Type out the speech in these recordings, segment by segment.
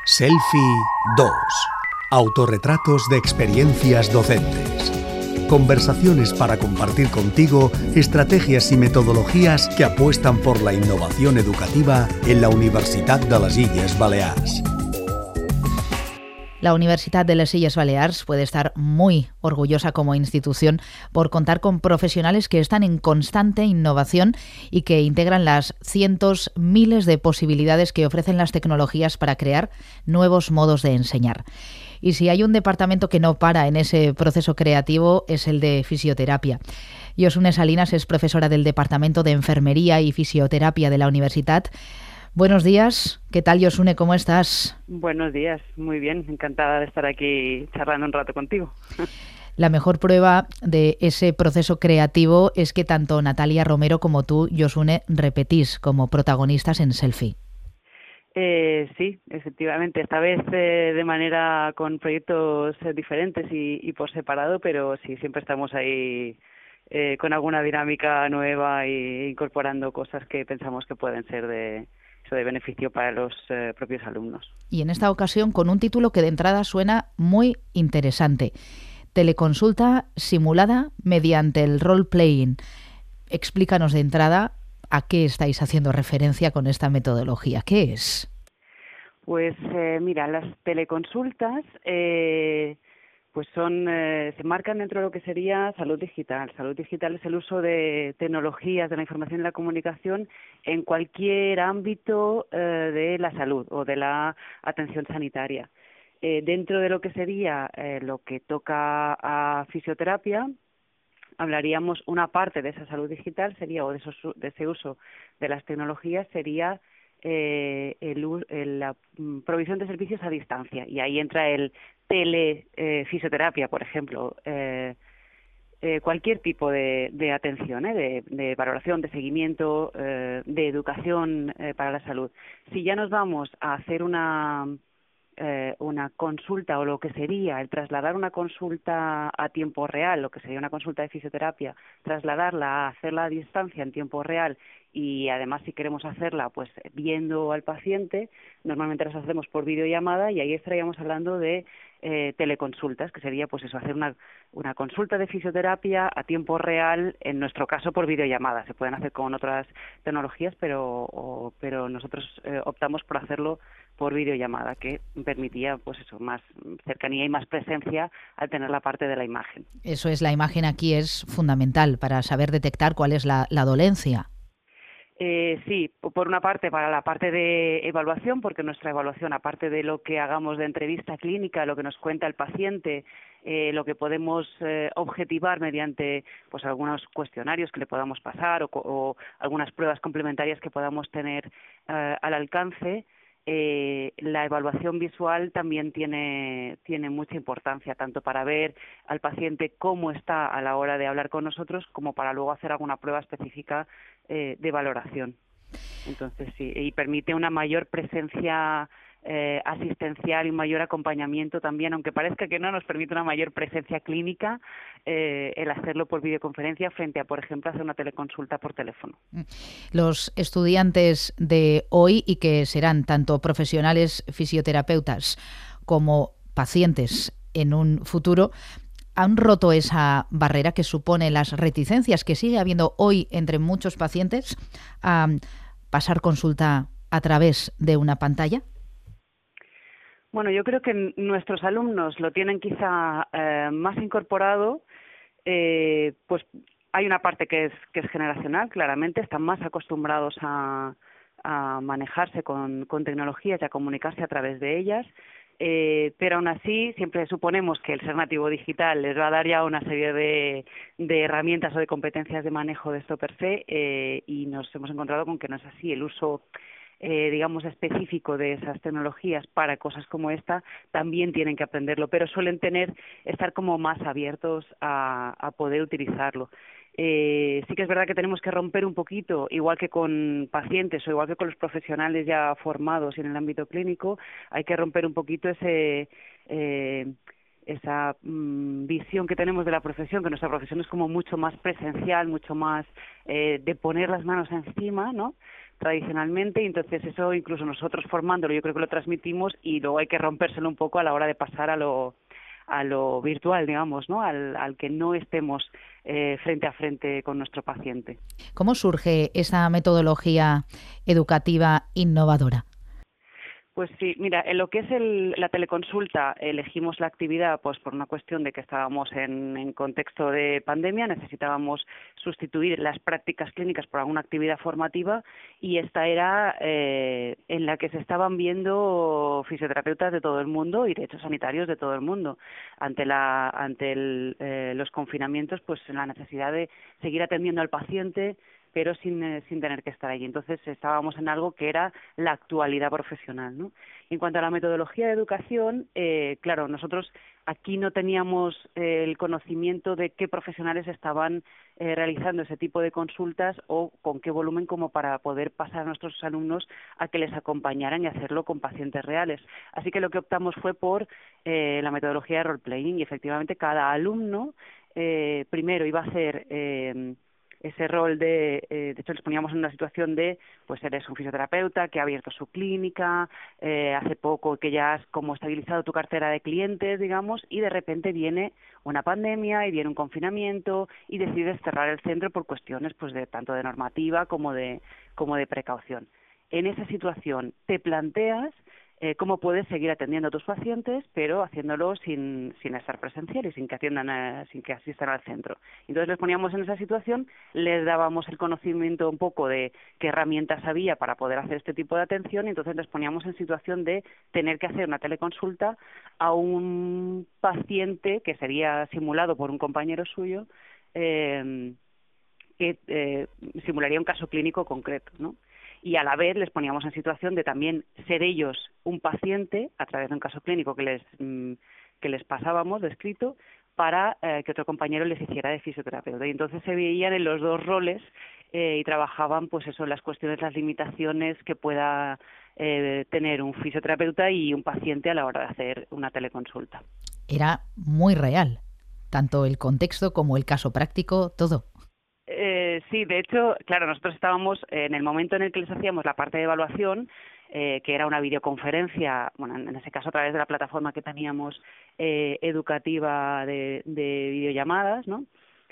Selfie 2. Autorretratos de experiencias docentes. Conversaciones para compartir contigo estrategias y metodologías que apuestan por la innovación educativa en la Universitat de les Illes Balears. La Universitat de les Illes Balears puede estar muy orgullosa como institución por contar con profesionales que están en constante innovación y que integran las cientos, miles de posibilidades que ofrecen las tecnologías para crear nuevos modos de enseñar. Y si hay un departamento que no para en ese proceso creativo es el de fisioterapia. Josune Salinas es profesora del Departamento de Enfermería y Fisioterapia de la Universitat. Buenos días, ¿qué tal, Josune? ¿Cómo estás? Buenos días, muy bien, encantada de estar aquí charlando un rato contigo. La mejor prueba de ese proceso creativo es que tanto Natalia Romero como tú, Josune, repetís como protagonistas en Selfie. Sí, efectivamente, esta vez de manera con proyectos diferentes y por separado, pero sí, siempre estamos ahí con alguna dinámica nueva e incorporando cosas que pensamos que pueden ser de beneficio para los propios alumnos. Y en esta ocasión con un título que de entrada suena muy interesante. Teleconsulta simulada mediante el role-playing. Explícanos de entrada a qué estáis haciendo referencia con esta metodología. ¿Qué es? Pues mira, las teleconsultas pues se marcan dentro de lo que sería salud digital. Salud digital es el uso de tecnologías de la información y la comunicación en cualquier ámbito de la salud o de la atención sanitaria. Dentro de lo que sería lo que toca a fisioterapia, hablaríamos una parte de esa salud digital sería, o de ese uso de las tecnologías sería la provisión de servicios a distancia, y ahí entra el telefisioterapia, por ejemplo, cualquier tipo de atención, de valoración, de seguimiento, de educación para la salud. Si ya nos vamos a hacer una consulta, o lo que sería el trasladar una consulta a tiempo real, lo que sería una consulta de fisioterapia, trasladarla a hacerla a distancia en tiempo real, y además si queremos hacerla pues viendo al paciente, normalmente las hacemos por videollamada, y ahí estaríamos hablando de teleconsultas, que sería pues eso, hacer una consulta de fisioterapia a tiempo real, en nuestro caso por videollamada. Se pueden hacer con otras tecnologías, pero nosotros optamos por hacerlo por videollamada, que permitía pues eso, más cercanía y más presencia al tener la parte de la imagen. Eso es, la imagen aquí es fundamental para saber detectar cuál es la dolencia. Sí, por una parte para la parte de evaluación, porque nuestra evaluación, aparte de lo que hagamos de entrevista clínica, lo que nos cuenta el paciente, lo que podemos objetivar mediante pues algunos cuestionarios que le podamos pasar o algunas pruebas complementarias que podamos tener al alcance, la evaluación visual también tiene mucha importancia, tanto para ver al paciente cómo está a la hora de hablar con nosotros, como para luego hacer alguna prueba específica de valoración. Entonces sí, y permite una mayor presencia asistencial y un mayor acompañamiento también, aunque parezca que no, nos permite una mayor presencia clínica el hacerlo por videoconferencia frente a, por ejemplo, hacer una teleconsulta por teléfono. Los estudiantes de hoy, y que serán tanto profesionales fisioterapeutas como pacientes en un futuro, han roto esa barrera que supone las reticencias que sigue habiendo hoy entre muchos pacientes a pasar consulta a través de una pantalla. Bueno, yo creo que nuestros alumnos lo tienen quizá más incorporado, pues hay una parte que es generacional, claramente, están más acostumbrados a manejarse con tecnologías y a comunicarse a través de ellas, pero aún así siempre suponemos que el ser nativo digital les va a dar ya una serie de herramientas o de competencias de manejo de esto per se, y nos hemos encontrado con que no es así. El uso digamos específico de esas tecnologías para cosas como esta también tienen que aprenderlo, pero suelen estar como más abiertos a poder utilizarlo. Sí que es verdad que tenemos que romper un poquito, igual que con pacientes o igual que con los profesionales ya formados en el ámbito clínico, hay que romper un poquito esa visión que tenemos de la profesión, que nuestra profesión es como mucho más presencial, mucho más de poner las manos encima, ¿no? tradicionalmente, y entonces eso incluso nosotros formándolo yo creo que lo transmitimos, y luego hay que rompérselo un poco a la hora de pasar a lo virtual, digamos, ¿no? Al que no estemos frente a frente con nuestro paciente. ¿Cómo surge esa metodología educativa innovadora? Pues sí, mira, en lo que es la teleconsulta elegimos la actividad pues por una cuestión de que estábamos en contexto de pandemia, necesitábamos sustituir las prácticas clínicas por alguna actividad formativa, y esta era en la que se estaban viendo fisioterapeutas de todo el mundo y de hecho sanitarios de todo el mundo ante los confinamientos, pues la necesidad de seguir atendiendo al paciente pero sin tener que estar allí. Entonces estábamos en algo que era la actualidad profesional, ¿no? En cuanto a la metodología de educación, claro, nosotros aquí no teníamos el conocimiento de qué profesionales estaban realizando ese tipo de consultas o con qué volumen como para poder pasar a nuestros alumnos a que les acompañaran y hacerlo con pacientes reales. Así que lo que optamos fue por la metodología de role-playing, y efectivamente cada alumno primero iba a hacer ese rol de hecho les poníamos en una situación de, pues eres un fisioterapeuta que ha abierto su clínica, hace poco que ya has como estabilizado tu cartera de clientes, digamos, y de repente viene una pandemia y viene un confinamiento y decides cerrar el centro por cuestiones pues de tanto de normativa como de precaución. En esa situación te planteas cómo puedes seguir atendiendo a tus pacientes, pero haciéndolo sin estar presencial y sin que asistan al centro. Entonces les poníamos en esa situación, les dábamos el conocimiento un poco de qué herramientas había para poder hacer este tipo de atención, y entonces les poníamos en situación de tener que hacer una teleconsulta a un paciente que sería simulado por un compañero suyo, que simularía un caso clínico concreto, ¿no? Y a la vez les poníamos en situación de también ser ellos un paciente a través de un caso clínico que les pasábamos descrito para que otro compañero les hiciera de fisioterapeuta. Y entonces se veían en los dos roles y trabajaban pues eso, las cuestiones, las limitaciones que pueda tener un fisioterapeuta y un paciente a la hora de hacer una teleconsulta. Era muy real, tanto el contexto como el caso práctico, todo. Sí, de hecho, claro, nosotros estábamos en el momento en el que les hacíamos la parte de evaluación, que era una videoconferencia, bueno, en ese caso a través de la plataforma que teníamos educativa de videollamadas, ¿no?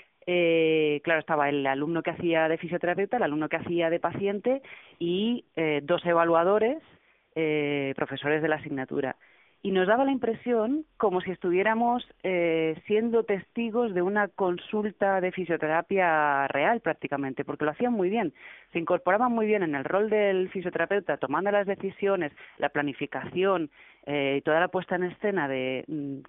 Claro, estaba el alumno que hacía de fisioterapeuta, el alumno que hacía de paciente y dos evaluadores, profesores de la asignatura. Y nos daba la impresión como si estuviéramos siendo testigos de una consulta de fisioterapia real prácticamente, porque lo hacían muy bien, se incorporaban muy bien en el rol del fisioterapeuta, tomando las decisiones, la planificación y toda la puesta en escena de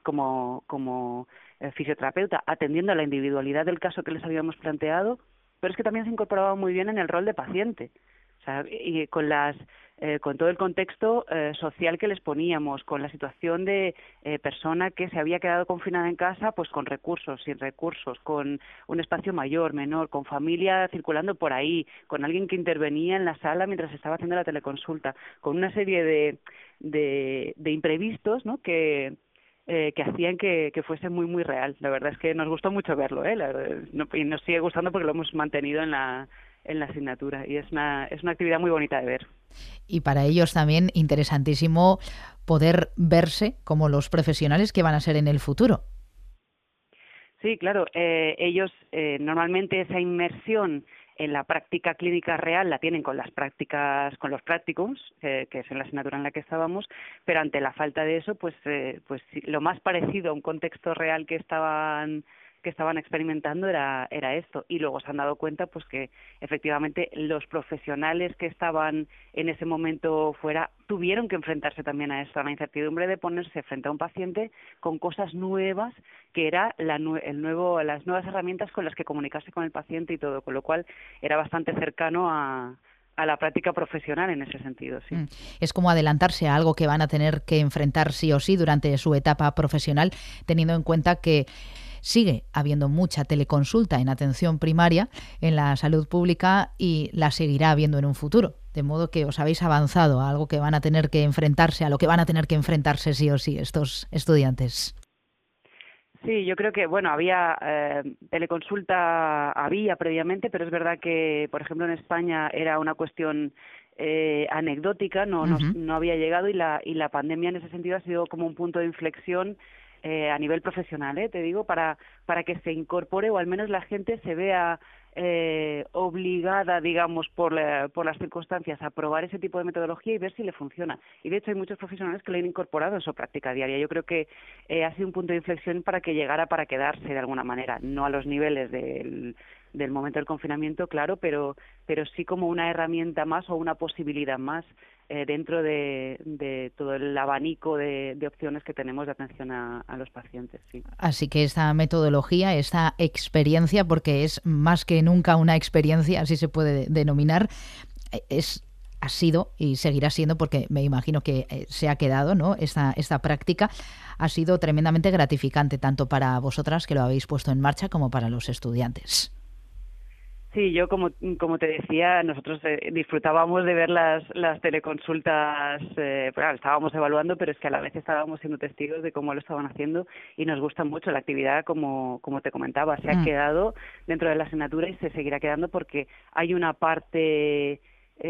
como fisioterapeuta, atendiendo a la individualidad del caso que les habíamos planteado, pero es que también se incorporaban muy bien en el rol de paciente. O sea, y con todo el contexto social que les poníamos, con la situación de persona que se había quedado confinada en casa, pues con recursos, sin recursos, con un espacio mayor, menor, con familia circulando por ahí, con alguien que intervenía en la sala mientras estaba haciendo la teleconsulta, con una serie de imprevistos, ¿no? que hacían que fuese muy muy real. La verdad es que nos gustó mucho verlo, la verdad, y nos sigue gustando porque lo hemos mantenido en la asignatura, y es una actividad muy bonita de ver. Y para ellos también interesantísimo poder verse como los profesionales que van a ser en el futuro. Sí, claro, ellos normalmente esa inmersión en la práctica clínica real la tienen con los prácticums, que es en la asignatura en la que estábamos, pero ante la falta de eso, pues lo más parecido a un contexto real que estaban experimentando era esto, y luego se han dado cuenta pues que efectivamente los profesionales que estaban en ese momento fuera tuvieron que enfrentarse también a esto, a la incertidumbre de ponerse frente a un paciente con cosas nuevas, que era las nuevas herramientas con las que comunicarse con el paciente y todo, con lo cual era bastante cercano a la práctica profesional en ese sentido, sí. Es como adelantarse a algo que van a tener que enfrentar sí o sí durante su etapa profesional, teniendo en cuenta que sigue habiendo mucha teleconsulta en atención primaria en la salud pública y la seguirá habiendo en un futuro. De modo que os habéis avanzado a algo que van a tener que enfrentarse, a lo que van a tener que enfrentarse sí o sí estos estudiantes. Sí, yo creo que, bueno, había teleconsulta, había previamente, pero es verdad que, por ejemplo, en España era una cuestión anecdótica, no había llegado y la pandemia en ese sentido ha sido como un punto de inflexión a nivel profesional, te digo, para que se incorpore o al menos la gente se vea obligada, digamos, por las circunstancias a probar ese tipo de metodología y ver si le funciona. Y de hecho hay muchos profesionales que lo han incorporado en su práctica diaria. Yo creo que ha sido un punto de inflexión para que llegara para quedarse de alguna manera, no a los niveles del momento del confinamiento, claro, pero sí como una herramienta más o una posibilidad más dentro de todo el abanico de opciones que tenemos de atención a los pacientes. Sí. Así que esta metodología, esta experiencia, porque es más que nunca una experiencia, así se puede denominar, ha sido y seguirá siendo, porque me imagino que se ha quedado, ¿no? Esta práctica ha sido tremendamente gratificante, tanto para vosotras que lo habéis puesto en marcha como para los estudiantes. Sí, yo como te decía, nosotros disfrutábamos de ver las teleconsultas, claro, estábamos evaluando, pero es que a la vez estábamos siendo testigos de cómo lo estaban haciendo y nos gusta mucho la actividad, como te comentaba, se ha quedado dentro de la asignatura y se seguirá quedando porque hay una parte,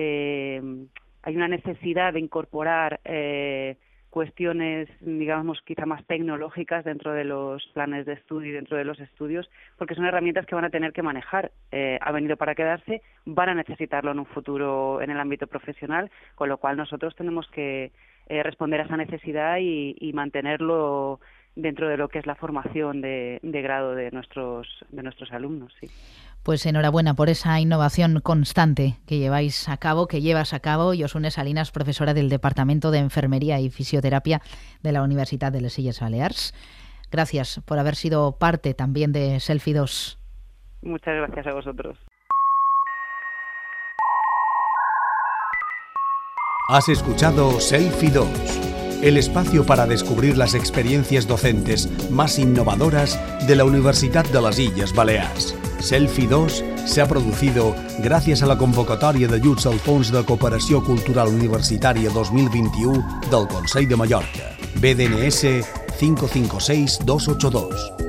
hay una necesidad de incorporar cuestiones, digamos, quizá más tecnológicas dentro de los planes de estudio y dentro de los estudios, porque son herramientas que van a tener que manejar. Ha venido para quedarse, van a necesitarlo en un futuro en el ámbito profesional, con lo cual nosotros tenemos que responder a esa necesidad y mantenerlo dentro de lo que es la formación de grado de nuestros alumnos, sí. Pues enhorabuena por esa innovación constante que llevas a cabo. Josune Salinas, profesora del Departamento de Enfermería y Fisioterapia de la Universitat de les Illes Balears. Gracias por haber sido parte también de Selfie 2. Muchas gracias a vosotros. Has escuchado Selfie 2, el espacio para descubrir las experiencias docentes más innovadoras de la Universitat de les Illes Balears. Selfie 2 se ha producido gracias a la convocatòria d'ajuts al Fons de Cooperació Cultural Universitària 2021 del Consell de Mallorca, BDNS 556282.